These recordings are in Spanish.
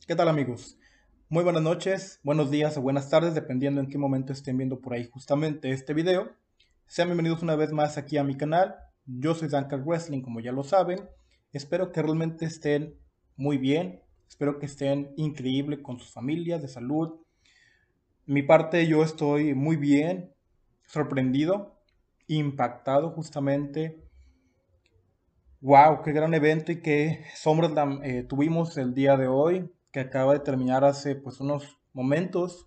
¿Qué tal amigos? Muy buenas noches, buenos días o buenas tardes, dependiendo en qué momento estén viendo por ahí justamente este video. Sean bienvenidos una vez más aquí a mi canal. Yo soy Dunker Wrestling, como ya lo saben. Espero que realmente estén muy bien. Espero que estén increíble con sus familias, de salud. Mi parte, yo estoy muy bien, sorprendido, impactado justamente. Wow, qué gran evento y qué SummerSlam tuvimos el día de hoy, que acaba de terminar hace pues unos momentos.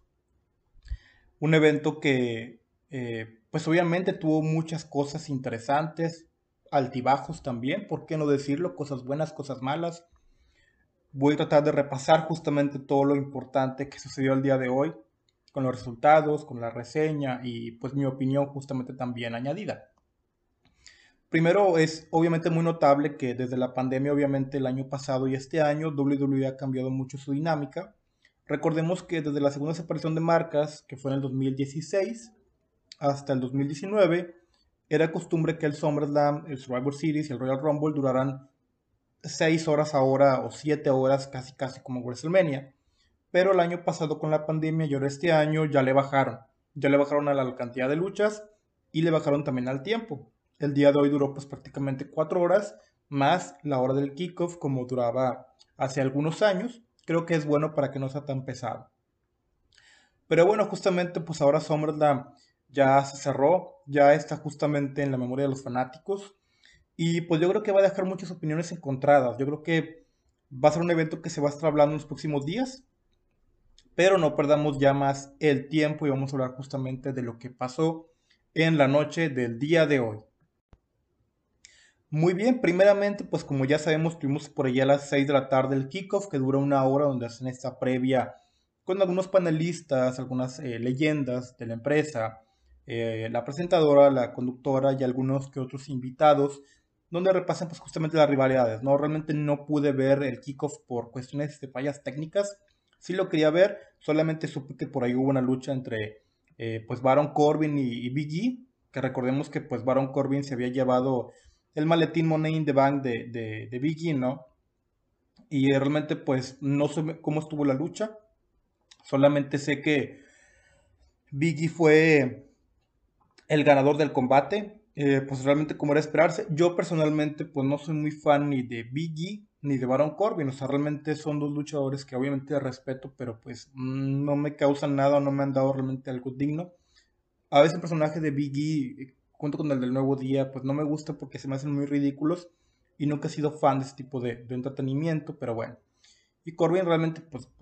Un evento que pues obviamente tuvo muchas cosas interesantes, altibajos también, ¿por qué no decirlo? Cosas buenas, cosas malas. Voy a tratar de repasar justamente todo lo importante que sucedió el día de hoy, con los resultados, con la reseña y pues mi opinión justamente también añadida. Primero, es obviamente muy notable que desde la pandemia, obviamente el año pasado y este año, WWE ha cambiado mucho su dinámica. Recordemos que desde la segunda separación de marcas, que fue en el 2016, hasta el 2019, era costumbre que el SummerSlam, el Survivor Series y el Royal Rumble duraran 6 horas ahora o 7 horas, casi casi como WrestleMania. Pero el año pasado con la pandemia y ahora este año ya le bajaron. Ya le bajaron a la cantidad de luchas y le bajaron también al tiempo. El día de hoy duró pues prácticamente 4 horas más la hora del kickoff como duraba hace algunos años. Creo que es bueno para que no sea tan pesado. Pero bueno, justamente pues ahora SummerSlam ya se cerró, ya está justamente en la memoria de los fanáticos y pues yo creo que va a dejar muchas opiniones encontradas. Yo creo que va a ser un evento que se va a estar hablando en los próximos días, pero no perdamos ya más el tiempo y vamos a hablar justamente de lo que pasó en la noche del día de hoy. Muy bien, primeramente, pues como ya sabemos, tuvimos por allá a las 6 de la tarde el kickoff, que dura una hora, donde hacen esta previa con algunos panelistas, algunas leyendas de la empresa, la presentadora, la conductora y algunos que otros invitados, donde repasan pues justamente las rivalidades, ¿no? Realmente no pude ver el kickoff por cuestiones de fallas técnicas, sí lo quería ver, solamente supe que por ahí hubo una lucha entre pues Baron Corbin y Big E, que recordemos que pues Baron Corbin se había llevado el maletín Money in the Bank de Big E, ¿no? Y realmente pues no sé cómo estuvo la lucha, solamente sé que Big E fue el ganador del combate, pues realmente como era esperarse. Yo personalmente pues no soy muy fan ni de Big E ni de Baron Corbin, o sea, realmente son dos luchadores que obviamente respeto, pero pues no me causan nada, no me han dado realmente algo digno. A veces el personaje de Big E, junto con el del Nuevo Día, pues no me gusta porque se me hacen muy ridículos y nunca he sido fan de ese tipo de entretenimiento, pero bueno. Y Corbin realmente,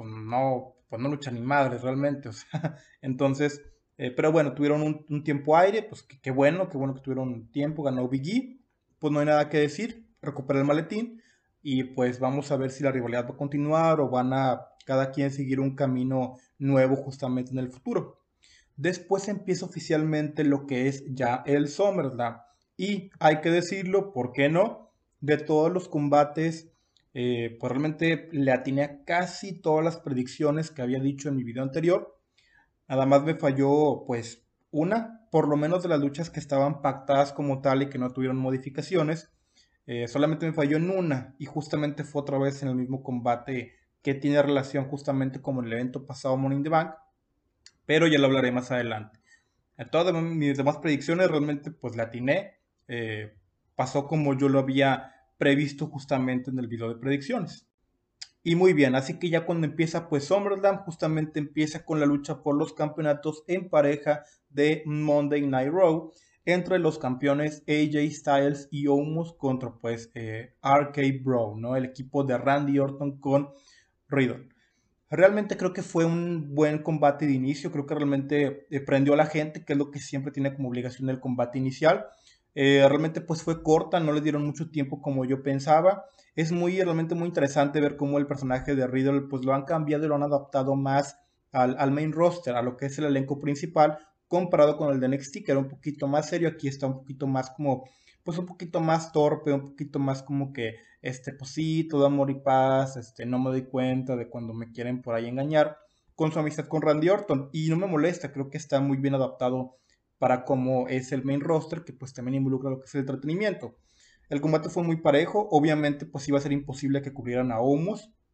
pues no lucha ni madres realmente, o sea, entonces, pero bueno, tuvieron un tiempo aire, pues qué bueno que tuvieron tiempo, ganó Big E, pues no hay nada que decir, recupera el maletín y pues vamos a ver si la rivalidad va a continuar o van a cada quien seguir un camino nuevo justamente en el futuro. Después empieza oficialmente lo que es ya el SummerSlam. Y hay que decirlo, ¿por qué no? De todos los combates, pues realmente le atiné a casi todas las predicciones que había dicho en mi video anterior. Nada más me falló, pues, una, por lo menos de las luchas que estaban pactadas como tal y que no tuvieron modificaciones. Solamente me falló en una y justamente fue otra vez en el mismo combate que tiene relación justamente como el evento pasado Money in the Bank, pero ya lo hablaré más adelante. A todas mis demás predicciones realmente pues la atiné. eh, Pasó como yo lo había previsto justamente en el video de predicciones. Y muy bien, así que ya cuando empieza pues SummerSlam justamente empieza con la lucha por los campeonatos en pareja de Monday Night Raw entre los campeones AJ Styles y Omos contra pues RK Bro, ¿no? El equipo de Randy Orton con Riddle. Realmente creo que fue un buen combate de inicio, creo que realmente prendió a la gente, que es lo que siempre tiene como obligación el combate inicial. Realmente pues fue corta, no le dieron mucho tiempo como yo pensaba. Es realmente muy interesante ver cómo el personaje de Riddle pues lo han cambiado y lo han adaptado más al main roster, a lo que es el elenco principal, comparado con el de NXT, que era un poquito más serio. Aquí está un poquito más como, pues un poquito más torpe, un poquito más como que pues sí, todo amor y paz, no me doy cuenta de cuando me quieren por ahí engañar con su amistad con Randy Orton y no me molesta, creo que está muy bien adaptado para cómo es el main roster, que pues también involucra lo que es el entretenimiento. El combate fue muy parejo, obviamente pues iba a ser imposible que cubrieran a Omos,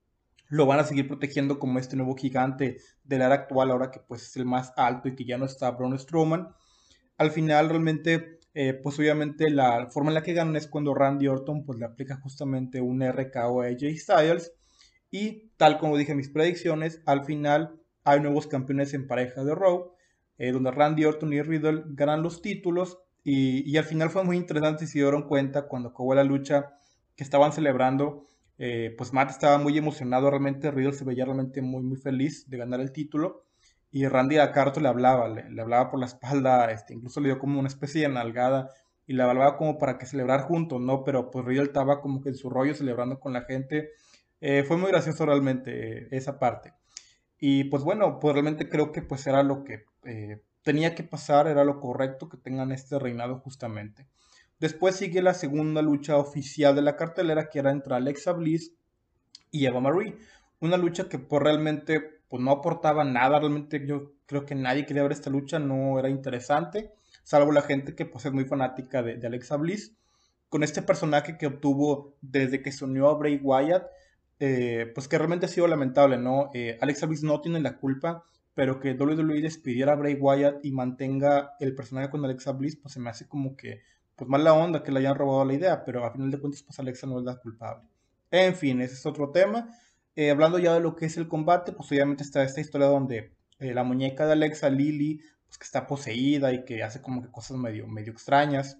lo van a seguir protegiendo como este nuevo gigante de la era actual, ahora que pues es el más alto y que ya no está Braun Strowman. Al final realmente, pues obviamente la forma en la que ganan es cuando Randy Orton pues le aplica justamente un RKO a AJ Styles y tal como dije en mis predicciones, al final hay nuevos campeones en pareja de Raw, donde Randy Orton y Riddle ganan los títulos y al final fue muy interesante si se dieron cuenta cuando acabó la lucha que estaban celebrando, pues Matt estaba muy emocionado, realmente Riddle se veía realmente muy muy feliz de ganar el título y Randy a Carto le hablaba, le hablaba por la espalda, incluso le dio como una especie de nalgada y le hablaba como para que celebrar juntos, ¿no? Pero pues Riddle estaba como que en su rollo celebrando con la gente. Fue muy gracioso realmente esa parte. Y pues bueno, pues realmente creo que pues era lo que tenía que pasar, era lo correcto que tengan este reinado justamente. Después sigue la segunda lucha oficial de la cartelera, que era entre Alexa Bliss y Eva Marie. Una lucha que pues realmente pues no aportaba nada, realmente yo creo que nadie quería ver esta lucha, no era interesante, salvo la gente que pues es muy fanática de Alexa Bliss. Con este personaje que obtuvo desde que se unió a Bray Wyatt, pues que realmente ha sido lamentable, ¿no? Alexa Bliss no tiene la culpa, pero que WWE despidiera a Bray Wyatt y mantenga el personaje con Alexa Bliss, pues se me hace como que, pues mala onda que le hayan robado la idea, pero a final de cuentas, pues Alexa no es la culpable. En fin, ese es otro tema. Hablando ya de lo que es el combate, pues obviamente está esta historia donde la muñeca de Alexa, Lily, pues que está poseída y que hace como que cosas medio extrañas.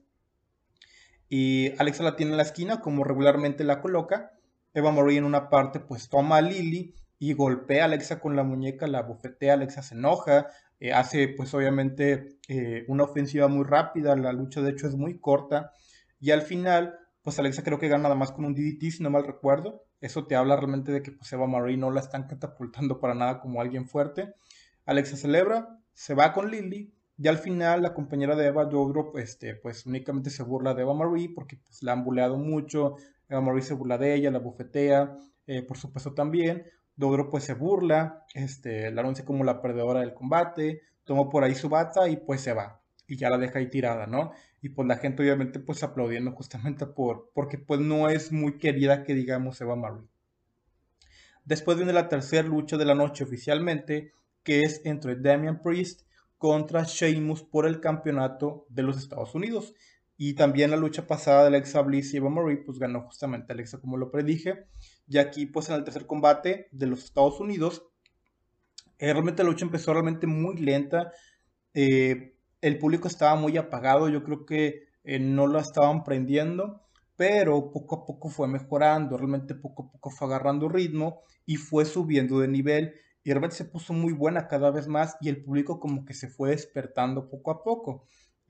Y Alexa la tiene en la esquina, como regularmente la coloca. Eva Marie en una parte, pues toma a Lily y golpea a Alexa con la muñeca, la bofetea, Alexa se enoja, hace pues obviamente una ofensiva muy rápida, la lucha de hecho es muy corta. Y al final, pues Alexa creo que gana nada más con un DDT, si no mal recuerdo. Eso te habla realmente de que pues Eva Marie no la están catapultando para nada como alguien fuerte. Alexa celebra, se va con Lily y al final la compañera de Eva, Doudrop, pues únicamente se burla de Eva Marie porque pues, la han buleado mucho. Eva Marie se burla de ella, la bufetea, por supuesto también. Doudrop pues se burla, la anuncia como la perdedora del combate, toma por ahí su bata y pues se va. Y ya la deja ahí tirada, ¿no? Y pues la gente obviamente pues aplaudiendo justamente porque pues no es muy querida que digamos Eva Marie. Después viene la tercera lucha de la noche oficialmente, que es entre Damian Priest contra Sheamus por el campeonato de los Estados Unidos. Y también la lucha pasada de Alexa Bliss y Eva Marie, pues ganó justamente Alexa como lo predije. Y aquí pues en el tercer combate de los Estados Unidos, realmente la lucha empezó realmente muy lenta. El público estaba muy apagado, yo creo que no lo estaban prendiendo, pero poco a poco fue mejorando, realmente poco a poco fue agarrando ritmo y fue subiendo de nivel y realmente se puso muy buena cada vez más y el público como que se fue despertando poco a poco.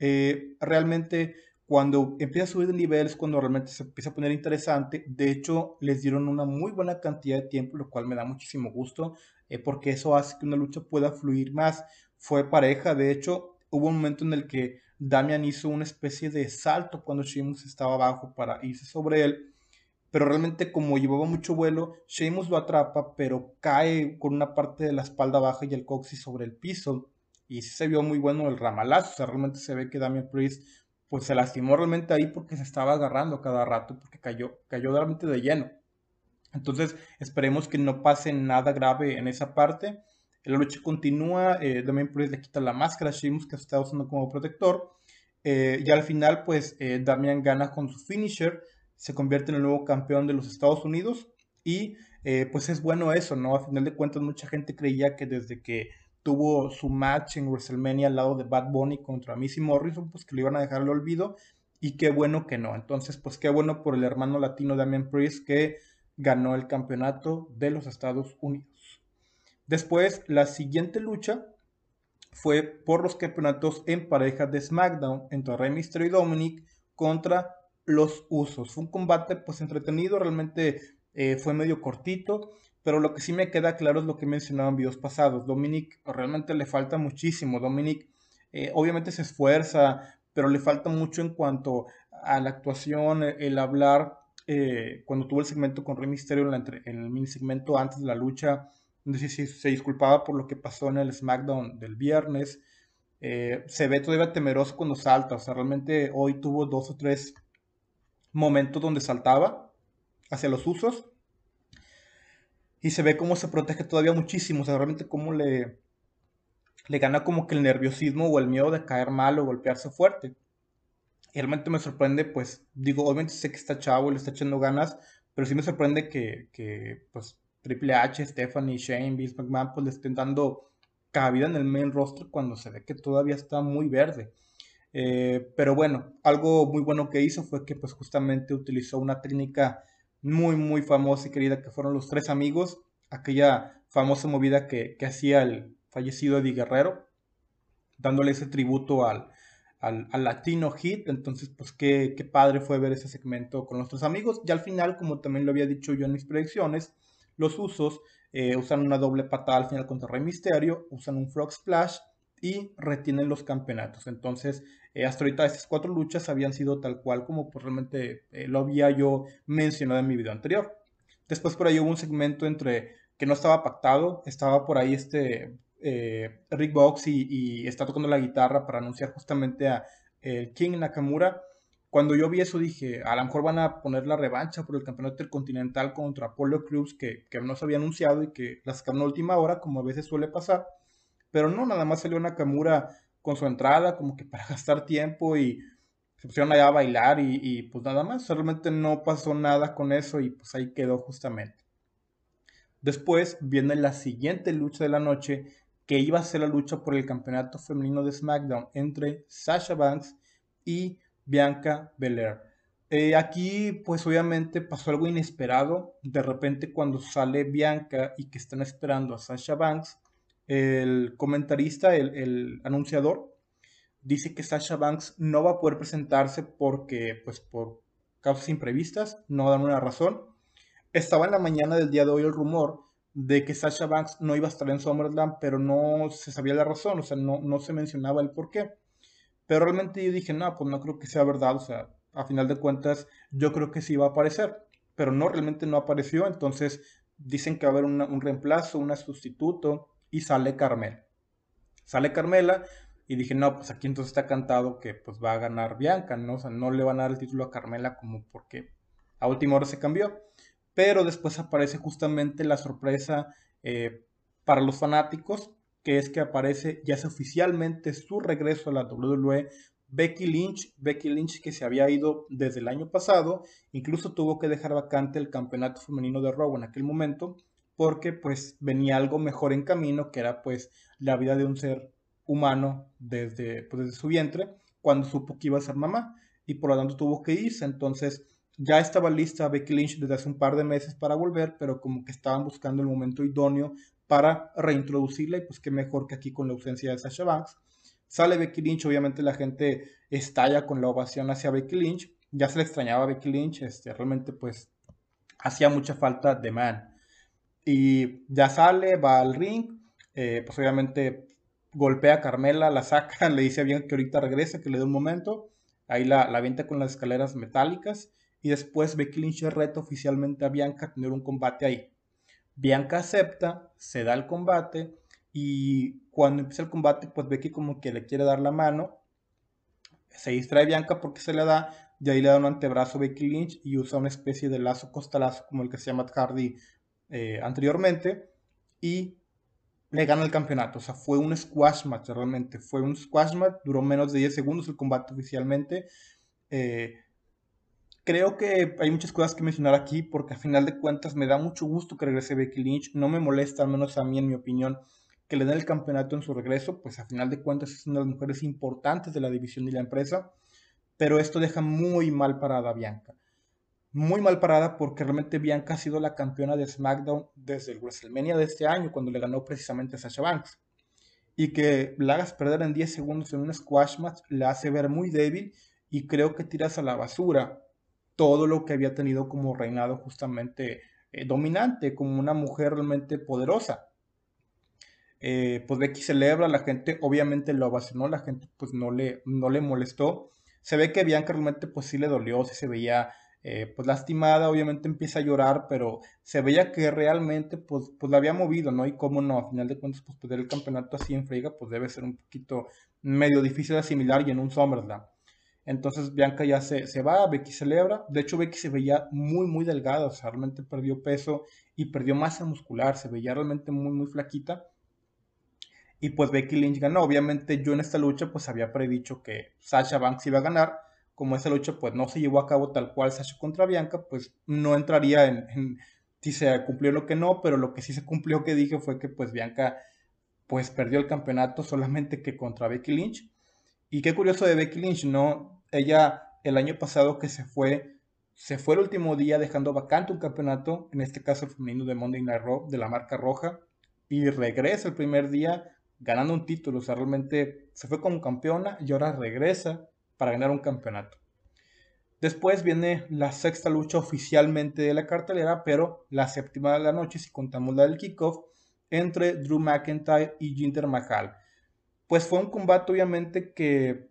Realmente cuando empieza a subir de nivel es cuando realmente se empieza a poner interesante. De hecho, les dieron una muy buena cantidad de tiempo, lo cual me da muchísimo gusto, porque eso hace que una lucha pueda fluir más. Fue pareja, de hecho, hubo un momento en el que Damian hizo una especie de salto cuando Sheamus estaba abajo para irse sobre él, pero realmente como llevaba mucho vuelo, Sheamus lo atrapa, pero cae con una parte de la espalda baja y el coxis sobre el piso, y sí se vio muy bueno el ramalazo, o sea, realmente se ve que Damian Priest pues se lastimó realmente ahí porque se estaba agarrando cada rato, porque cayó realmente de lleno. Entonces, esperemos que no pase nada grave en esa parte. La lucha continúa, Damian Priest le quita la máscara a Sheamus que está usando como protector. Y al final, pues Damian gana con su finisher, se convierte en el nuevo campeón de los Estados Unidos. Y pues es bueno eso, ¿no? A final de cuentas, mucha gente creía que desde que tuvo su match en WrestleMania al lado de Bad Bunny contra Missy Morrison, pues que lo iban a dejar al olvido. Y qué bueno que no. Entonces, pues qué bueno por el hermano latino Damian Priest que ganó el campeonato de los Estados Unidos. Después, la siguiente lucha fue por los campeonatos en pareja de SmackDown entre Rey Mysterio y Dominic contra los Usos. Fue un combate pues entretenido, realmente fue medio cortito, pero lo que sí me queda claro es lo que mencionaba en videos pasados. Dominic realmente le falta muchísimo. Dominic obviamente se esfuerza, pero le falta mucho en cuanto a la actuación, el hablar. Cuando tuvo el segmento con Rey Mysterio en el mini segmento antes de la lucha, no sé si se disculpaba por lo que pasó en el SmackDown del viernes. Se ve todavía temeroso cuando salta. O sea, realmente hoy tuvo dos o tres momentos donde saltaba hacia los usos. y se ve cómo se protege todavía muchísimo, o sea, realmente cómo le gana como que el nerviosismo o el miedo de caer mal o golpearse fuerte. Y realmente me sorprende, pues, digo, obviamente sé que está chavo, le está echando ganas, pero sí me sorprende que pues, Triple H, Stephanie, Shane, Vince McMahon, pues le estén dando cabida en el main roster cuando se ve que todavía está muy verde. Pero bueno, algo muy bueno que hizo fue que pues justamente utilizó una técnica muy muy famosa y querida que fueron los tres amigos, aquella famosa movida que hacía el fallecido Eddie Guerrero, dándole ese tributo al Latino Hit. Entonces, pues qué padre fue ver ese segmento con nuestros amigos. Y al final, como también lo había dicho yo en mis predicciones, los usos usan una doble patada al final contra Rey Misterio, usan un Frog Splash y retienen los campeonatos. Entonces, hasta ahorita estas cuatro luchas habían sido tal cual como pues realmente lo había yo mencionado en mi video anterior. Después por ahí hubo un segmento entre que no estaba pactado, estaba por ahí Rick Box y está tocando la guitarra para anunciar justamente a el King Nakamura. Cuando yo vi eso dije, a lo mejor van a poner la revancha por el campeonato intercontinental contra Apollo Crews que no se había anunciado y que la sacaron a última hora, como a veces suele pasar. Pero no, nada más salió Nakamura con su entrada, como que para gastar tiempo y se pusieron allá a bailar y pues nada más, realmente no pasó nada con eso y pues ahí quedó justamente. Después viene la siguiente lucha de la noche, que iba a ser la lucha por el campeonato femenino de SmackDown entre Sasha Banks y Bianca Belair. Aquí, pues obviamente pasó algo inesperado. De repente, cuando sale Bianca y que están esperando a Sasha Banks, el comentarista, el anunciador, dice que Sasha Banks no va a poder presentarse porque, pues por causas imprevistas, no dan una razón. Estaba en la mañana del día de hoy el rumor de que Sasha Banks no iba a estar en SummerSlam, pero no se sabía la razón, o sea, no se mencionaba el por qué. Pero realmente yo dije, no, pues no creo que sea verdad, o sea, a final de cuentas yo creo que sí iba a aparecer, pero no, realmente no apareció, entonces dicen que va a haber un reemplazo, un sustituto, y sale Carmela. Sale Carmela y dije, no, pues aquí entonces está cantado que pues va a ganar Bianca, ¿no? O sea, no le van a dar el título a Carmela como porque a última hora se cambió. Pero después aparece justamente la sorpresa para los fanáticos, que es que aparece ya es oficialmente su regreso a la WWE. Becky Lynch que se había ido desde el año pasado, incluso tuvo que dejar vacante el campeonato femenino de Raw en aquel momento, porque pues venía algo mejor en camino, que era pues la vida de un ser humano desde su vientre, cuando supo que iba a ser mamá, y por lo tanto tuvo que irse. Entonces ya estaba lista Becky Lynch desde hace un par de meses para volver, pero como que estaban buscando el momento idóneo para reintroducirla, y pues qué mejor que aquí con la ausencia de Sasha Banks. Sale Becky Lynch, obviamente la gente estalla con la ovación hacia Becky Lynch, ya se le extrañaba a Becky Lynch, realmente pues hacía mucha falta de Man. Y ya sale, va al ring, pues obviamente golpea a Carmela, la saca, le dice bien que ahorita regrese, que le dé un momento, ahí la avienta con las escaleras metálicas, y después Becky Lynch reta oficialmente a Bianca a tener un combate ahí. Bianca acepta, se da el combate, y cuando empieza el combate, pues Becky como que le quiere dar la mano, se distrae Bianca porque se le da, y ahí le da un antebrazo a Becky Lynch y usa una especie de lazo costalazo como el que se llama Hardy anteriormente, y le gana el campeonato. O sea, fue un squash match realmente. Fue un squash match, duró menos de 10 segundos el combate oficialmente. Eh, Creo que hay muchas cosas que mencionar aquí porque a final de cuentas me da mucho gusto que regrese Becky Lynch. No me molesta, al menos a mí en mi opinión, que le den el campeonato en su regreso, pues a final de cuentas es una de las mujeres importantes de la división y la empresa, pero esto deja muy mal parada a Bianca. Muy mal parada porque realmente Bianca ha sido la campeona de SmackDown desde el WrestleMania de este año, cuando le ganó precisamente a Sasha Banks. Y que la hagas perder en 10 segundos en un squash match la hace ver muy débil, y creo que tiras a la basura todo lo que había tenido como reinado justamente dominante, como una mujer realmente poderosa. Pues Becky celebra, la gente obviamente lo ovacionó, la gente pues no le molestó. Se ve que Bianca realmente pues sí le dolió, sí se veía pues lastimada, obviamente empieza a llorar, pero se veía que realmente pues la había movido, ¿no? Y cómo no, a final de cuentas pues perder el campeonato así en friega pues debe ser un poquito medio difícil de asimilar y en un SummerSlam. Entonces Bianca ya se va, Becky celebra. De hecho, Becky se veía muy, muy delgada, o sea, realmente perdió peso y perdió masa muscular, se veía realmente muy, muy flaquita. Y pues Becky Lynch ganó. Obviamente yo en esta lucha pues había predicho que Sasha Banks iba a ganar. Como esa lucha pues no se llevó a cabo tal cual Sasha contra Bianca, pues no entraría en si se cumplió lo que no, pero lo que sí se cumplió que dije fue que pues Bianca pues perdió el campeonato solamente que contra Becky Lynch. Y qué curioso de Becky Lynch, ¿no? Ella el año pasado que se fue el último día dejando vacante un campeonato, en este caso el femenino de Monday Night Raw, de la marca roja, y regresa el primer día ganando un título, o sea, realmente se fue como campeona y ahora regresa para ganar un campeonato. Después viene la sexta lucha oficialmente de la cartelera, pero la séptima de la noche, si contamos la del kickoff, entre Drew McIntyre y Jinder Mahal. Pues fue un combate obviamente que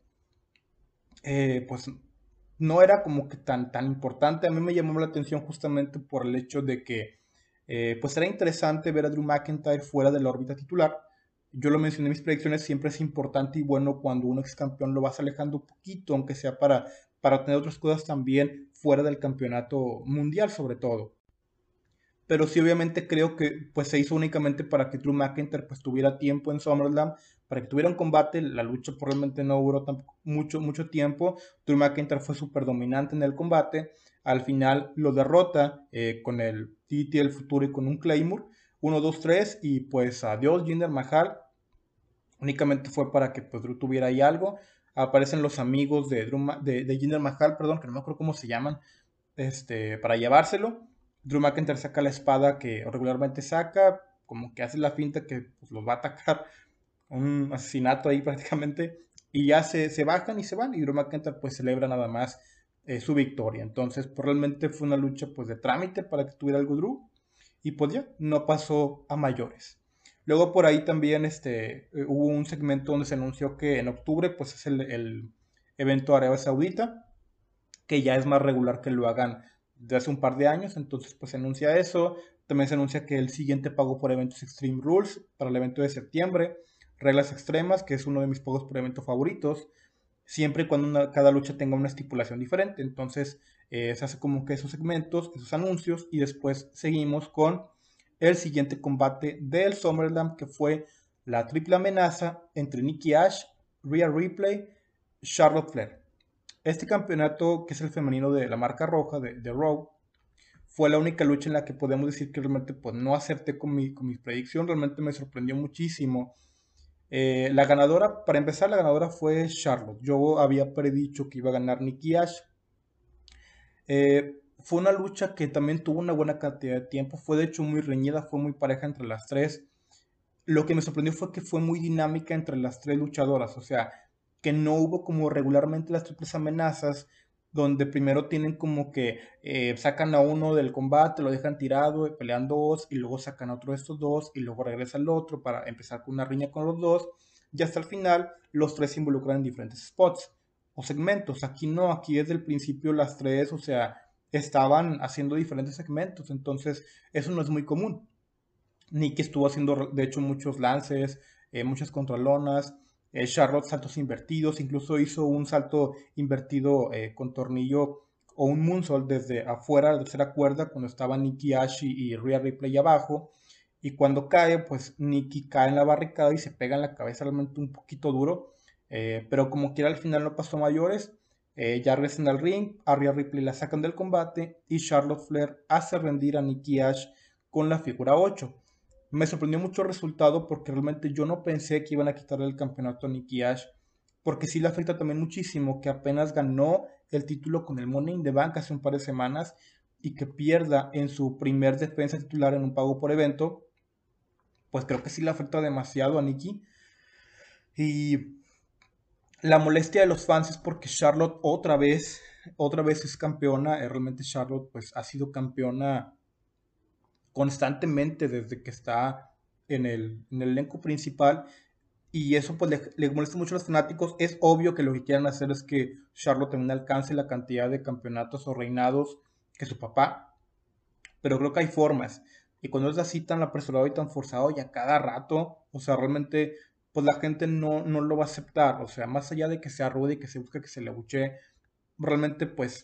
pues no era como que tan importante. A mí me llamó la atención justamente por el hecho de que pues era interesante ver a Drew McIntyre fuera de la órbita titular. Yo lo mencioné en mis predicciones, siempre es importante y bueno cuando un ex campeón lo vas alejando un poquito, aunque sea para tener otras cosas también fuera del campeonato mundial sobre todo. Pero sí obviamente creo que pues se hizo únicamente para que Drew McIntyre pues tuviera tiempo en SummerSlam, para que tuviera un combate. La lucha probablemente no duró tampoco mucho tiempo. Drew McIntyre fue súper dominante en el combate. Al final lo derrota con el TT del futuro y con un Claymore. 1, 2, 3 y pues adiós Jinder Mahal. Únicamente fue para que pues Drew tuviera ahí algo. Aparecen los amigos de Jinder Mahal, perdón, que no me acuerdo cómo se llaman, para llevárselo. Drew McIntyre saca la espada que regularmente saca, como que hace la finta que pues, los va a atacar, un asesinato ahí prácticamente, y ya se bajan y se van, y Drew McIntyre pues celebra nada más su victoria. Entonces pues, realmente fue una lucha pues de trámite para que tuviera algo Drew, y pues ya, no pasó a mayores. Luego por ahí también hubo un segmento donde se anunció que en octubre pues es el evento de Arabia Saudita, que ya es más regular que lo hagan de hace un par de años, entonces pues se anuncia eso, también se anuncia que el siguiente pago por eventos Extreme Rules para el evento de septiembre, reglas extremas, que es uno de mis pagos por evento favoritos, siempre y cuando cada lucha tenga una estipulación diferente, entonces se hace como que esos segmentos, esos anuncios, y después seguimos con el siguiente combate del SummerSlam, que fue la triple amenaza entre Nikki Ash, Rhea Ripley, Charlotte Flair. Este campeonato, que es el femenino de la marca roja, de Raw, fue la única lucha en la que podemos decir que realmente pues, no acerté con mi predicción, realmente me sorprendió muchísimo. La ganadora, para empezar, la ganadora fue Charlotte. Yo había predicho que iba a ganar Nikki Ash. Fue una lucha que también tuvo una buena cantidad de tiempo, fue de hecho muy reñida, fue muy pareja entre las tres. Lo que me sorprendió fue que fue muy dinámica entre las tres luchadoras, o sea, que no hubo como regularmente las triples amenazas, donde primero tienen como que sacan a uno del combate, lo dejan tirado, pelean dos, y luego sacan a otro de estos dos, y luego regresa el otro para empezar con una riña con los dos, y hasta el final los tres se involucran en diferentes spots o segmentos. Aquí no, aquí desde el principio las tres, o sea, estaban haciendo diferentes segmentos, entonces eso no es muy común. Nicky estuvo haciendo, de hecho, muchos lances, muchas contralonas, Charlotte saltos invertidos, incluso hizo un salto invertido con tornillo o un moonsault desde afuera de la tercera cuerda cuando estaban Nikki Ash y Rhea Ripley abajo. Y cuando cae, pues Nikki cae en la barricada y se pega en la cabeza realmente un poquito duro. Pero como quiera al final no pasó mayores. Ya regresan al ring, a Rhea Ripley la sacan del combate y Charlotte Flair hace rendir a Nikki Ash con la figura 8. Me sorprendió mucho el resultado porque realmente yo no pensé que iban a quitarle el campeonato a Nikki Ash, porque sí le afecta también muchísimo que apenas ganó el título con el Money in the Bank hace un par de semanas y que pierda en su primer defensa titular en un pago por evento, pues creo que sí le afecta demasiado a Nikki. Y la molestia de los fans es porque Charlotte otra vez es campeona. Realmente Charlotte pues ha sido campeona constantemente desde que está en el elenco principal, y eso pues le molesta mucho a los fanáticos. Es obvio que lo que quieren hacer es que Charlotte también alcance la cantidad de campeonatos o reinados que su papá, pero creo que hay formas, y cuando es así tan apresurado y tan forzado y a cada rato, o sea, realmente pues la gente no lo va a aceptar, o sea, más allá de que sea rude y que se busque que se le buche, realmente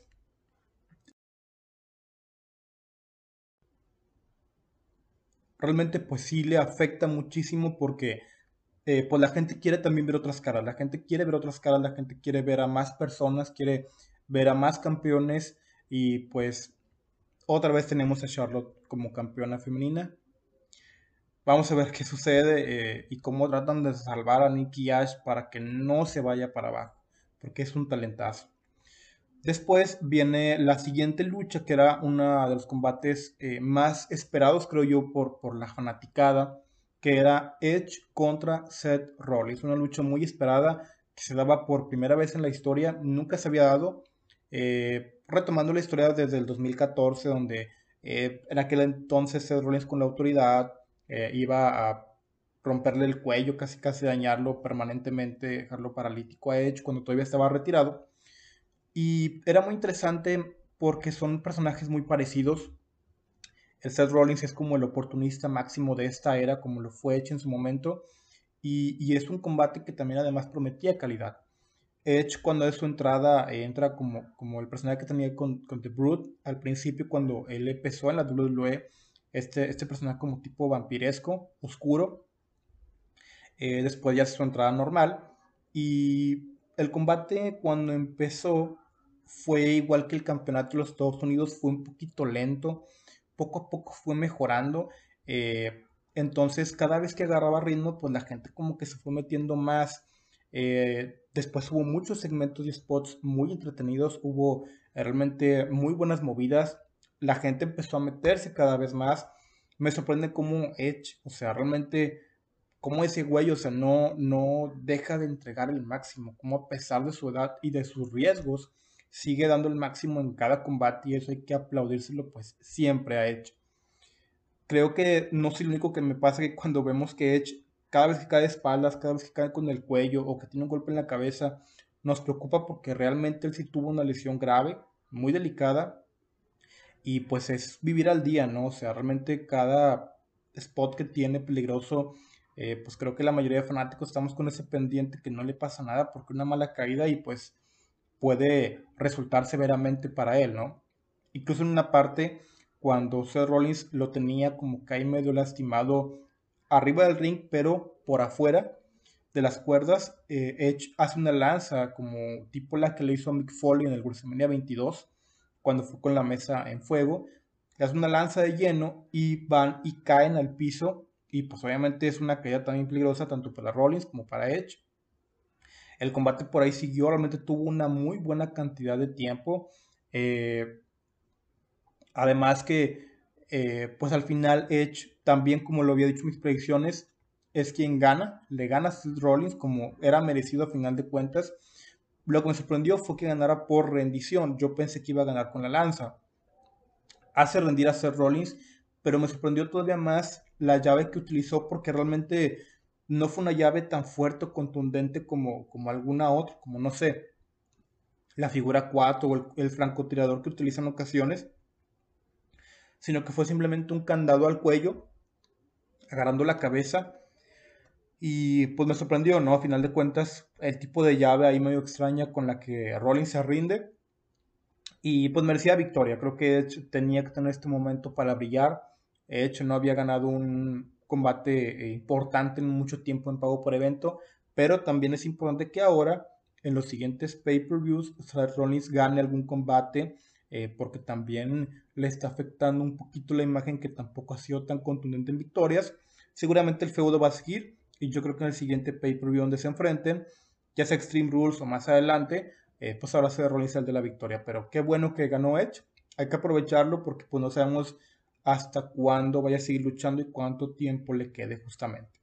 pues sí le afecta muchísimo porque pues la gente quiere también ver otras caras, la gente quiere ver otras caras, la gente quiere ver a más personas, quiere ver a más campeones y pues otra vez tenemos a Charlotte como campeona femenina. Vamos a ver qué sucede y cómo tratan de salvar a Nikki Ash para que no se vaya para abajo, porque es un talentazo. Después viene la siguiente lucha, que era uno de los combates más esperados, creo yo, por la fanaticada, que era Edge contra Seth Rollins. Una lucha muy esperada que se daba por primera vez en la historia, nunca se había dado. Retomando la historia desde el 2014, donde en aquel entonces Seth Rollins con la autoridad iba a romperle el cuello, casi casi dañarlo permanentemente, dejarlo paralítico a Edge cuando todavía estaba retirado. Y era muy interesante porque son personajes muy parecidos. El Seth Rollins es como el oportunista máximo de esta era, como lo fue Edge en su momento. Y es un combate que también además prometía calidad. Edge cuando es su entrada entra como el personaje que tenía con The Brute al principio cuando él empezó en la WWE. Este personaje como tipo vampiresco, oscuro. Después ya es su entrada normal. Y el combate cuando empezó fue igual que el campeonato de los Estados Unidos, fue un poquito lento, poco a poco fue mejorando. Entonces cada vez que agarraba ritmo, pues la gente como que se fue metiendo más. Después hubo muchos segmentos y spots muy entretenidos, hubo realmente muy buenas movidas. La gente empezó a meterse cada vez más. Me sorprende cómo Edge, o sea, realmente cómo ese güey, o sea, no deja de entregar el máximo, como a pesar de su edad y de sus riesgos, sigue dando el máximo en cada combate y eso hay que aplaudírselo pues siempre a Edge. Creo que no soy el único que me pasa que cuando vemos que Edge, cada vez que cae de espaldas, cada vez que cae con el cuello o que tiene un golpe en la cabeza, nos preocupa porque realmente él sí tuvo una lesión grave, muy delicada, y pues es vivir al día, ¿no? O sea, realmente cada spot que tiene peligroso, pues creo que la mayoría de fanáticos estamos con ese pendiente que no le pasa nada porque una mala caída y pues puede resultar severamente para él, ¿no? Incluso en una parte, cuando Seth Rollins lo tenía como que ahí medio lastimado arriba del ring, pero por afuera de las cuerdas, Edge hace una lanza como tipo la que le hizo a Mick Foley en el WrestleMania 22, cuando fue con la mesa en fuego. Le hace una lanza de lleno y van y caen al piso. Y pues obviamente es una caída también peligrosa tanto para Rollins como para Edge. El combate por ahí siguió, realmente tuvo una muy buena cantidad de tiempo. Eh, Además que, pues al final Edge, también como lo había dicho en mis predicciones, es quien gana, le gana a Seth Rollins como era merecido a final de cuentas. Lo que me sorprendió fue que ganara por rendición. Yo pensé que iba a ganar con la lanza. Hace rendir a Seth Rollins, pero me sorprendió todavía más la llave que utilizó porque realmente no fue una llave tan fuerte o contundente como alguna otra, como no sé, la figura 4 o el francotirador que utiliza en ocasiones, sino que fue simplemente un candado al cuello, agarrando la cabeza. Y pues me sorprendió, ¿no? A final de cuentas, el tipo de llave ahí medio extraña con la que Rollins se rinde. Y pues merecía victoria. Creo que Edge tenía que tener este momento para brillar. Edge no había ganado un combate importante en mucho tiempo en pago por evento. Pero también es importante que ahora, en los siguientes pay-per-views, Seth Rollins gane algún combate. Porque también le está afectando un poquito la imagen que tampoco ha sido tan contundente en victorias. Seguramente el feudo va a seguir. Y yo creo que en el siguiente pay-per-view donde se enfrenten, ya sea Extreme Rules o más adelante, pues ahora se Rollins el de la victoria. Pero qué bueno que ganó Edge. Hay que aprovecharlo porque pues no sabemos hasta cuándo vaya a seguir luchando y cuánto tiempo le quede justamente.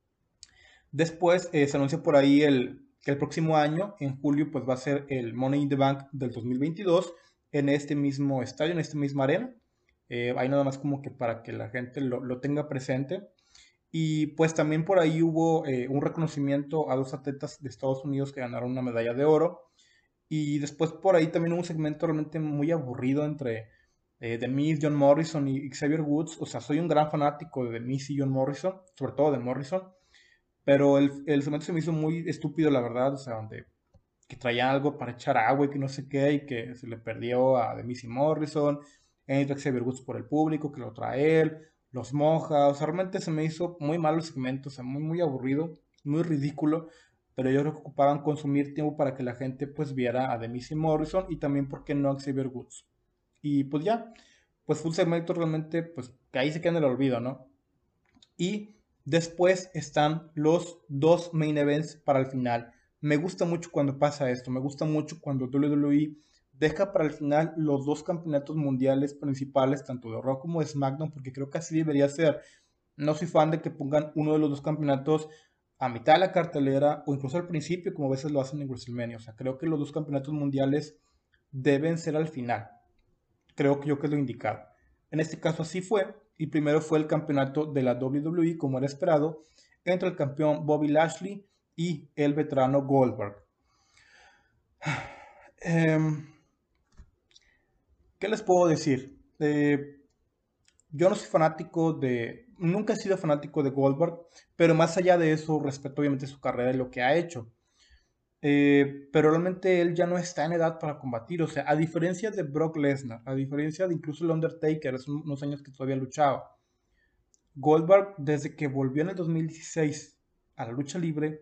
Después se anuncia por ahí que el próximo año, en julio, pues va a ser el Money in the Bank del 2022 en este mismo estadio, en esta misma arena. Ahí nada más como que para que la gente lo tenga presente. Y pues también por ahí hubo un reconocimiento a dos atletas de Estados Unidos que ganaron una medalla de oro. Y después por ahí también hubo un segmento realmente muy aburrido entre The Miz, John Morrison y Xavier Woods. O sea, soy un gran fanático de The Miz y John Morrison, sobre todo de Morrison. Pero el segmento se me hizo muy estúpido, la verdad. O sea, donde que traía algo para echar agua y que no sé qué, y que se le perdió a The Miz y Morrison, entra Xavier Woods por el público, que lo trae él, los moja, o sea, realmente se me hizo muy malo el segmento, o sea, muy aburrido, muy ridículo, pero ellos ocupaban consumir tiempo para que la gente pues viera a The Miz y Morrison y también, ¿por qué no, a Xavier Woods? Y pues ya, pues fue un segmento realmente, pues que ahí se queda en el olvido, ¿no? Y después están los dos main events para el final. Me gusta mucho cuando pasa esto, me gusta mucho cuando WWE deja para el final los dos campeonatos mundiales principales, tanto de Raw como de SmackDown, porque creo que así debería ser. No soy fan de que pongan uno de los dos campeonatos a mitad de la cartelera o incluso al principio, como a veces lo hacen en WrestleMania. O sea, creo que los dos campeonatos mundiales deben ser al final. Creo que yo que es lo indicado. En este caso así fue, y primero fue el campeonato de la WWE, como era esperado, entre el campeón Bobby Lashley y el veterano Goldberg. Eh, ¿Qué les puedo decir? Yo no soy fanático de, nunca he sido fanático de Goldberg, pero más allá de eso, respeto obviamente su carrera y lo que ha hecho. Pero realmente él ya no está en edad para combatir, o sea, a diferencia de Brock Lesnar, a diferencia de incluso el Undertaker, hace unos años que todavía luchaba, Goldberg, desde que volvió en el 2016 a la lucha libre,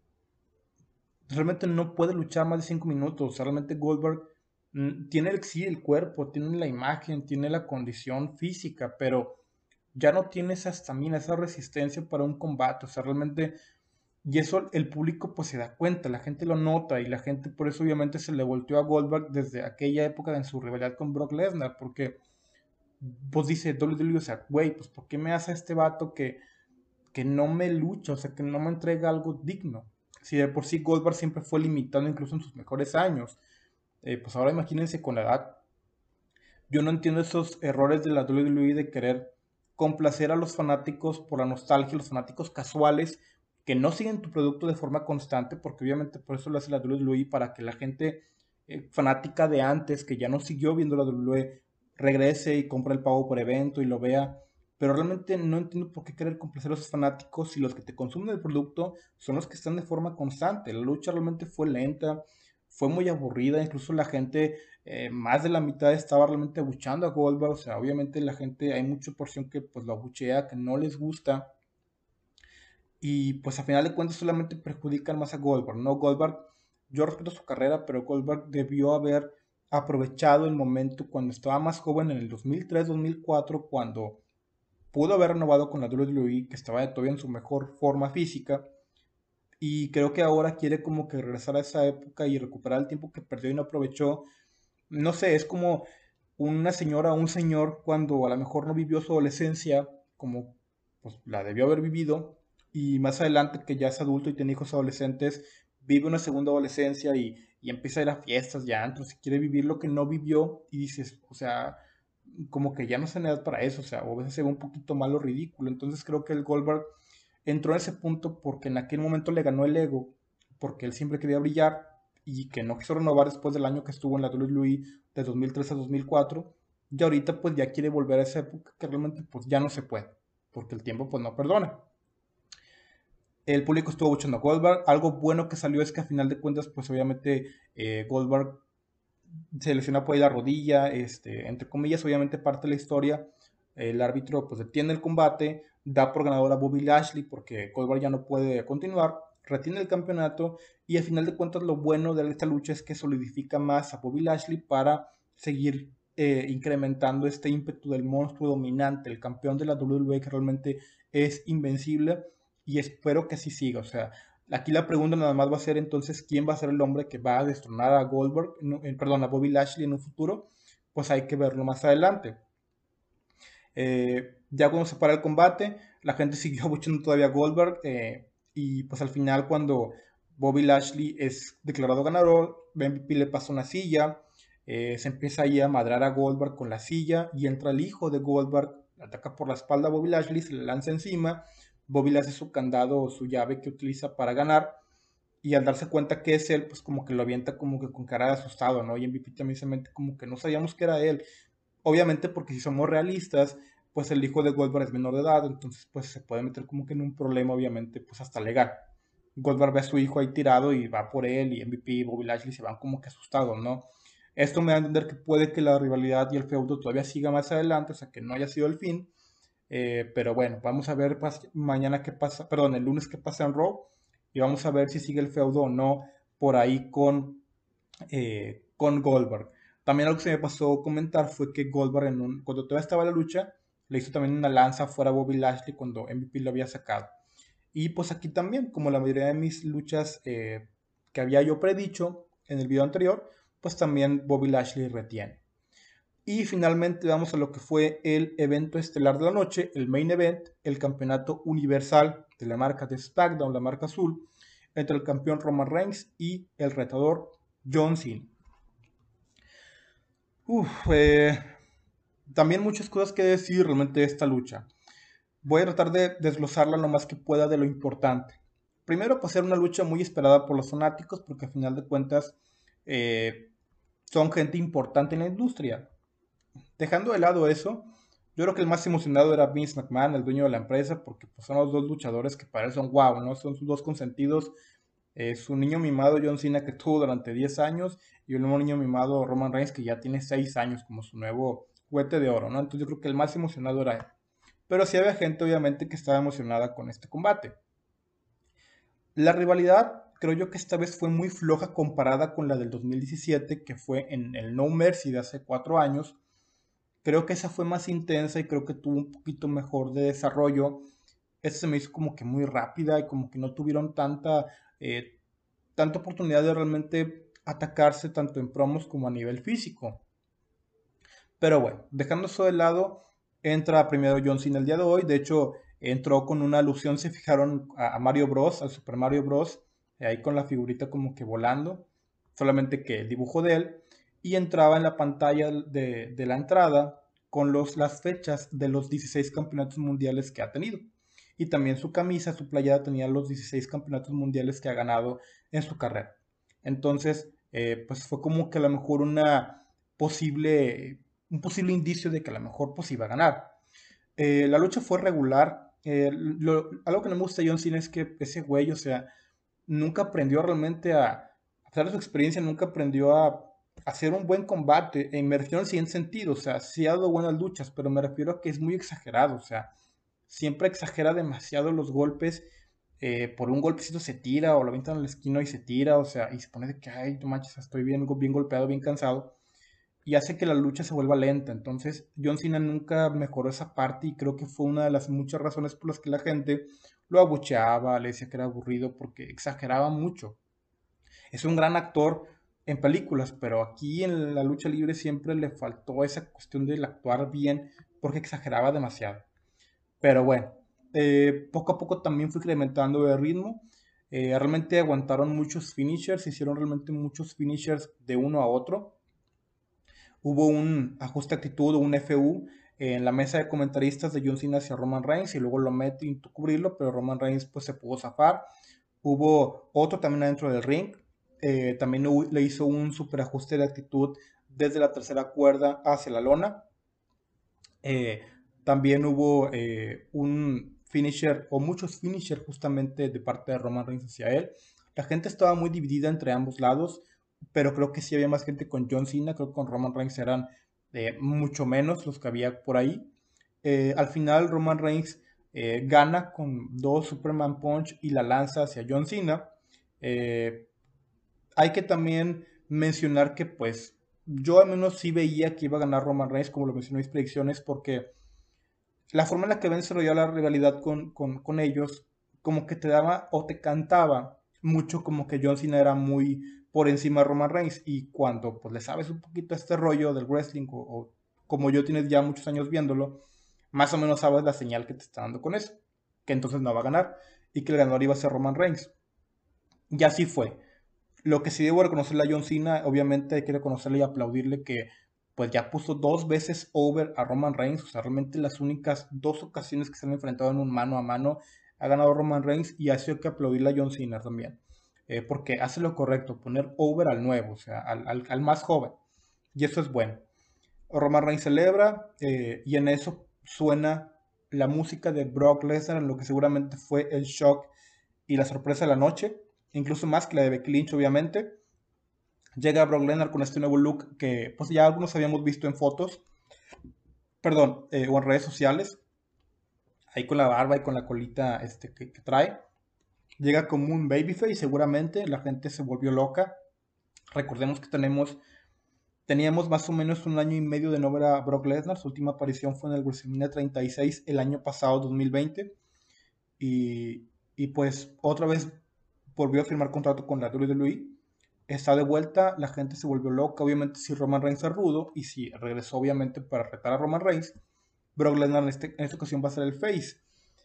realmente no puede luchar más de 5 minutos. O sea, realmente Goldberg tiene sí, el cuerpo, tiene la imagen, tiene la condición física, pero ya no tiene esa estamina, esa resistencia para un combate. O sea, realmente, y eso el público pues se da cuenta, la gente lo nota y la gente por eso obviamente se le volteó a Goldberg desde aquella época en su rivalidad con Brock Lesnar, porque pues dice WWE, o sea, güey, pues ¿por qué me hace este vato que no me lucha, o sea, que no me entrega algo digno? Si de por sí Goldberg siempre fue limitado incluso en sus mejores años, pues ahora imagínense con la edad. Yo no entiendo esos errores de la WWE de querer complacer a los fanáticos por la nostalgia, los fanáticos casuales que no siguen tu producto de forma constante, porque obviamente por eso lo hace la WWE, para que la gente fanática de antes, que ya no siguió viendo la WWE, regrese y compre el pago por evento y lo vea. Pero realmente no entiendo por qué querer complacer a esos fanáticos si los que te consumen el producto son los que están de forma constante. La lucha realmente fue lenta, fue muy aburrida, incluso la gente más de la mitad estaba realmente abuchando a Goldberg. O sea, obviamente la gente, hay mucha porción que pues lo abuchea, que no les gusta, y pues a final de cuentas solamente perjudican más a Goldberg, ¿no? Goldberg, yo respeto su carrera, pero Goldberg debió haber aprovechado el momento cuando estaba más joven en el 2003-2004, cuando pudo haber renovado con la WWE, que estaba todavía en su mejor forma física, y creo que ahora quiere como que regresar a esa época y recuperar el tiempo que perdió y no aprovechó. No sé, es como una señora o un señor cuando a lo mejor no vivió su adolescencia como pues la debió haber vivido, y más adelante que ya es adulto y tiene hijos adolescentes, vive una segunda adolescencia y empieza a ir a fiestas ya antros y quiere vivir lo que no vivió, y dices, o sea, como que ya no se en edad para eso, o sea, o a veces se ve un poquito malo ridículo. Entonces creo que el Goldberg entró en ese punto porque en aquel momento le ganó el ego, porque él siempre quería brillar y que no quiso renovar después del año que estuvo en la WWE de 2003 a 2004, y ahorita pues ya quiere volver a esa época que realmente pues ya no se puede, porque el tiempo pues no perdona. El público estuvo escuchando a Goldberg. Algo bueno que salió es que a final de cuentas pues obviamente Goldberg se lesiona por ahí la rodilla, entre comillas, obviamente parte de la historia. El árbitro pues detiene el combate, da por ganador a Bobby Lashley porque Goldberg ya no puede continuar, retiene el campeonato, y al final de cuentas lo bueno de esta lucha es que solidifica más a Bobby Lashley para seguir incrementando este ímpetu del monstruo dominante, el campeón de la WWE que realmente es invencible, y espero que así siga. O sea, aquí la pregunta nada más va a ser entonces quién va a ser el hombre que va a destronar a Goldberg, perdón, a Bobby Lashley en un futuro. Pues hay que verlo más adelante. Ya cuando se para el combate, la gente siguió buchando todavía a Goldberg, y pues al final cuando Bobby Lashley es declarado ganador, MVP le pasa una silla, se empieza ahí a madrar a Goldberg con la silla y entra el hijo de Goldberg, ataca por la espalda a Bobby Lashley, se le lanza encima. Bobby le hace su candado o su llave que utiliza para ganar, y al darse cuenta que es él, pues como que lo avienta como que con cara de asustado, ¿no? Y MVP también se mete como que no sabíamos que era él. Obviamente porque si somos realistas, pues el hijo de Goldberg es menor de edad, entonces pues se puede meter como que en un problema, obviamente, pues hasta legal. Goldberg ve a su hijo ahí tirado y va por él, y MVP y Bobby Lashley se van como que asustados, ¿no? Esto me da a entender que puede que la rivalidad y el feudo todavía siga más adelante, o sea, que no haya sido el fin. Pero bueno, vamos a ver mañana qué pasa, perdón, el lunes qué pasa en Raw, y vamos a ver si sigue el feudo o no por ahí con Goldberg. También algo que se me pasó comentar fue que Goldberg cuando todavía estaba en la lucha, le hizo también una lanza fuera a Bobby Lashley cuando MVP lo había sacado. Y pues aquí también, como la mayoría de mis luchas que había yo predicho en el video anterior, pues también Bobby Lashley retiene. Y finalmente vamos a lo que fue el evento estelar de la noche, el main event, el campeonato universal de la marca de SmackDown, la marca azul, entre el campeón Roman Reigns y el retador John Cena. Uf, también muchas cosas que decir realmente de esta lucha. Voy a tratar de desglosarla lo más que pueda de lo importante. Primero, pues era una lucha muy esperada por los fanáticos, porque al final de cuentas eh, son gente importante en la industria. Dejando de lado eso, yo creo que el más emocionado era Vince McMahon, el dueño de la empresa, porque pues, son los dos luchadores que para él son wow, ¿no? Son sus dos consentidos. Su niño mimado John Cena que tuvo durante 10 años y el nuevo niño mimado Roman Reigns que ya tiene 6 años como su nuevo juguete de oro, ¿no? Entonces yo creo que el más emocionado era él. Pero sí había gente obviamente que estaba emocionada con este combate. La rivalidad creo yo que esta vez fue muy floja comparada con la del 2017 que fue en el No Mercy de hace 4 años. Creo que esa fue más intensa y creo que tuvo un poquito mejor de desarrollo. Esta se me hizo como que muy rápida y como que no tuvieron tanta oportunidad de realmente atacarse tanto en promos como a nivel físico. Pero bueno, dejando eso de lado, entra primero John Cena el día de hoy. De hecho, entró con una alusión, se fijaron a Mario Bros, al Super Mario Bros, ahí con la figurita como que volando, solamente que el dibujo de él, y entraba en la pantalla de la entrada con las fechas de los 16 campeonatos mundiales que ha tenido. Y también su camisa, su playera tenía los 16 campeonatos mundiales que ha ganado en su carrera. Entonces, pues fue como que a lo mejor posible un posible indicio de que a lo mejor pues iba a ganar. La lucha fue regular. Algo que no me gusta de John Cena es que ese güey, o sea, nunca aprendió realmente a pesar de su experiencia, nunca aprendió a hacer un buen combate. Me refiero al siguiente sentido, o sea, sí ha dado buenas luchas, pero me refiero a que es muy exagerado, o sea, siempre exagera demasiado los golpes. Por un golpecito se tira o lo avientan a la esquina y se tira, o sea, y se pone de que, ay, no manches, estoy bien golpeado, bien cansado y hace que la lucha se vuelva lenta. Entonces, John Cena nunca mejoró esa parte y creo que fue una de las muchas razones por las que la gente lo abucheaba, le decía que era aburrido porque exageraba mucho. Es un gran actor en películas, pero aquí en la lucha libre siempre le faltó esa cuestión del actuar bien porque exageraba demasiado. Pero bueno, poco a poco también fue incrementando el ritmo. Realmente aguantaron muchos finishers, hicieron realmente muchos finishers de uno a otro. Hubo un ajuste de actitud, un FU en la mesa de comentaristas de John Cena hacia Roman Reigns y luego lo mete intentó cubrirlo, pero Roman Reigns pues se pudo zafar. Hubo otro también adentro del ring, también le hizo un super ajuste de actitud desde la tercera cuerda hacia la lona. Eh, También hubo un finisher o muchos finishers justamente de parte de Roman Reigns hacia él. La gente estaba muy dividida entre ambos lados, pero creo que sí había más gente con John Cena, creo que con Roman Reigns eran mucho menos los que había por ahí. Al final Roman Reigns gana con dos Superman Punch y la lanza hacia John Cena. Eh, Hay que también mencionar que pues yo al menos sí veía que iba a ganar Roman Reigns, como lo mencioné en mis predicciones, porque la forma en la que habían desarrollado la rivalidad con ellos, como que te daba o te cantaba mucho como que John Cena era muy por encima de Roman Reigns. Y cuando pues le sabes un poquito a este rollo del wrestling o como yo tienes ya muchos años viéndolo, más o menos sabes la señal que te está dando con eso, que entonces no va a ganar y que el ganador iba a ser Roman Reigns. Y así fue. Lo que sí debo reconocerle a John Cena, obviamente hay que reconocerle y aplaudirle que pues ya puso dos veces over a Roman Reigns, o sea, realmente las únicas dos ocasiones que se han enfrentado en un mano a mano ha ganado Roman Reigns y ha sido que aplaudirle a John Cena también, porque hace lo correcto, poner over al nuevo, o sea, al más joven, y eso es bueno. Roman Reigns celebra y en eso suena la música de Brock Lesnar, en lo que seguramente fue el shock y la sorpresa de la noche, incluso más que la de Becky Lynch, obviamente. Llega Brock Lesnar con este nuevo look que pues ya algunos habíamos visto en fotos, perdón, o en redes sociales, ahí con la barba y con la colita que trae. Llega como un babyface, seguramente, la gente se volvió loca. Recordemos que teníamos más o menos un año y medio de no ver a Brock Lesnar. Su última aparición fue en el WrestleMania 36 el año pasado, 2020. Y pues otra vez volvió a firmar contrato con la WWE. Está de vuelta, la gente se volvió loca. Obviamente, si Roman Reigns es rudo y si regresó, obviamente, para retar a Roman Reigns, Brock Lesnar en esta ocasión va a ser el face.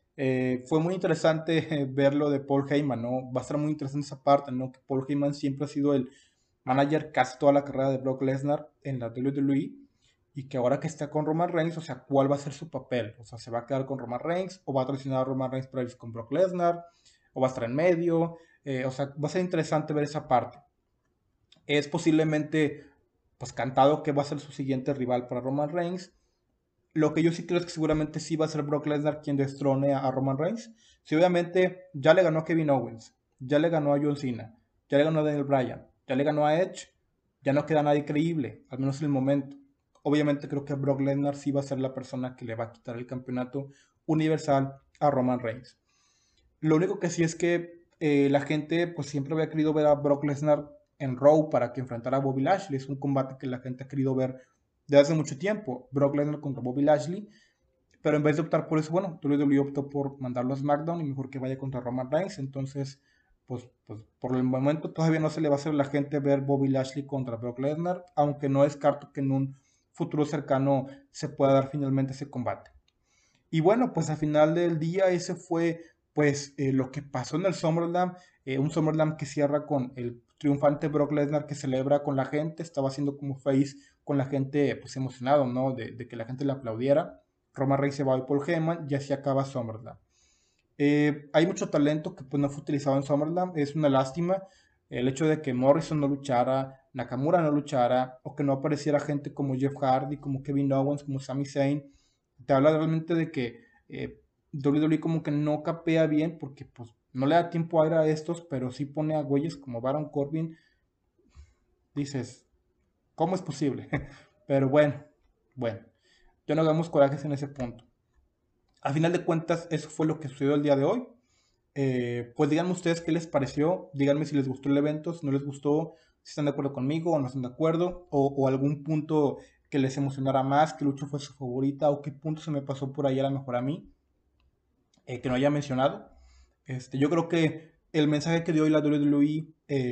Fue muy interesante ver lo de Paul Heyman, ¿no? Va a estar muy interesante esa parte, ¿no? Que Paul Heyman siempre ha sido el manager casi toda la carrera de Brock Lesnar en la WWE y que ahora que está con Roman Reigns, o sea, ¿cuál va a ser su papel? O sea, ¿se va a quedar con Roman Reigns o va a traicionar a Roman Reigns para ir con Brock Lesnar? ¿O va a estar en medio? O sea, va a ser interesante ver esa parte. Es posiblemente, pues, cantado que va a ser su siguiente rival para Roman Reigns. Lo que yo sí creo es que seguramente sí va a ser Brock Lesnar quien destrone a Roman Reigns. Sí, obviamente ya le ganó a Kevin Owens, ya le ganó a John Cena, ya le ganó a Daniel Bryan, ya le ganó a Edge, ya no queda nadie creíble, al menos en el momento. Obviamente creo que Brock Lesnar sí va a ser la persona que le va a quitar el campeonato universal a Roman Reigns. Lo único que sí es que la gente pues siempre había querido ver a Brock Lesnar en Raw para que enfrentara a Bobby Lashley. Es un combate que la gente ha querido ver desde hace mucho tiempo. Brock Lesnar contra Bobby Lashley. Pero en vez de optar por eso, bueno, WWE optó por mandarlo a SmackDown y mejor que vaya contra Roman Reigns. Entonces, pues por el momento todavía no se le va a hacer a la gente ver Bobby Lashley contra Brock Lesnar, aunque no descarto que en un futuro cercano se pueda dar finalmente ese combate. Y bueno, pues al final del día ese fue pues lo que pasó en el SummerSlam, un SummerSlam que cierra con el triunfante Brock Lesnar que celebra con la gente, estaba haciendo como face con la gente pues emocionado, ¿no? De que la gente le aplaudiera. Roman Reigns se va y Paul Heyman y así acaba SummerSlam. Hay mucho talento que pues no fue utilizado en SummerSlam, es una lástima el hecho de que Morrison no luchara, Nakamura no luchara, o que no apareciera gente como Jeff Hardy, como Kevin Owens, como Sami Zayn. Te habla realmente de que WWE como que no capea bien, porque pues no le da tiempo a ir a estos, pero sí pone a güeyes como Baron Corbin. Dices, ¿cómo es posible? Pero bueno, ya no hagamos corajes en ese punto. A final de cuentas, eso fue lo que sucedió el día de hoy. Pues díganme ustedes qué les pareció, díganme si les gustó el evento, si no les gustó, si están de acuerdo conmigo o no están de acuerdo, o algún punto que les emocionara más, que Lucho fue su favorita, o qué punto se me pasó por ahí a lo mejor a mí, que no haya mencionado. Yo creo que el mensaje que dio hoy la WWE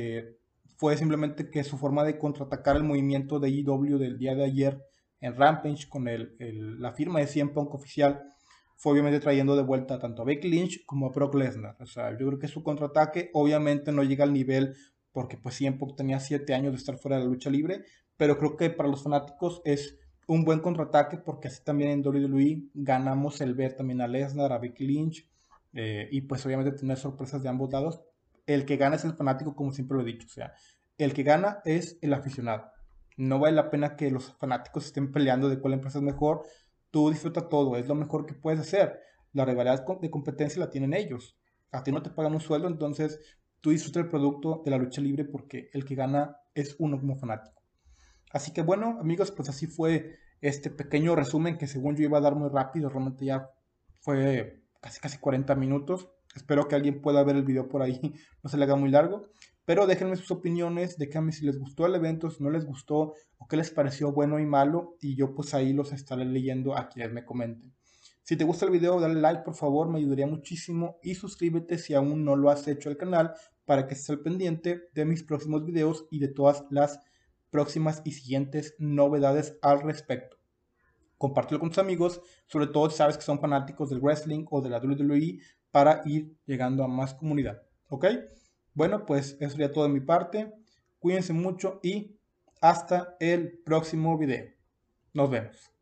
fue simplemente que su forma de contraatacar el movimiento de EW del día de ayer en Rampage con la firma de CM Punk oficial fue obviamente trayendo de vuelta tanto a Becky Lynch como a Brock Lesnar. O sea, yo creo que su contraataque obviamente no llega al nivel porque pues CM Punk tenía 7 años de estar fuera de la lucha libre, pero creo que para los fanáticos es un buen contraataque porque así también en WWE ganamos el ver también a Lesnar, a Becky Lynch y pues obviamente tener sorpresas de ambos lados. El que gana es el fanático, como siempre lo he dicho, o sea, el que gana es el aficionado. No vale la pena que los fanáticos estén peleando de cuál empresa es mejor. Tú disfruta todo, es lo mejor que puedes hacer. La rivalidad de competencia la tienen ellos. A ti no te pagan un sueldo, entonces tú disfruta el producto de la lucha libre porque el que gana es uno como fanático. Así que bueno, amigos, pues así fue este pequeño resumen que según yo iba a dar muy rápido, realmente ya fue casi 40 minutos. Espero que alguien pueda ver el video por ahí, no se le haga muy largo. Pero déjenme sus opiniones, déjenme si les gustó el evento, si no les gustó o qué les pareció bueno y malo. Y yo pues ahí los estaré leyendo a quienes me comenten. Si te gusta el video, dale like por favor, me ayudaría muchísimo. Y suscríbete si aún no lo has hecho al canal para que estés al pendiente de mis próximos videos y de todas las próximas y siguientes novedades al respecto. Compártelo con tus amigos, sobre todo si sabes que son fanáticos del wrestling o de la WWE para ir llegando a más comunidad. ¿Ok? Bueno, pues eso sería todo de mi parte. Cuídense mucho y hasta el próximo video. Nos vemos.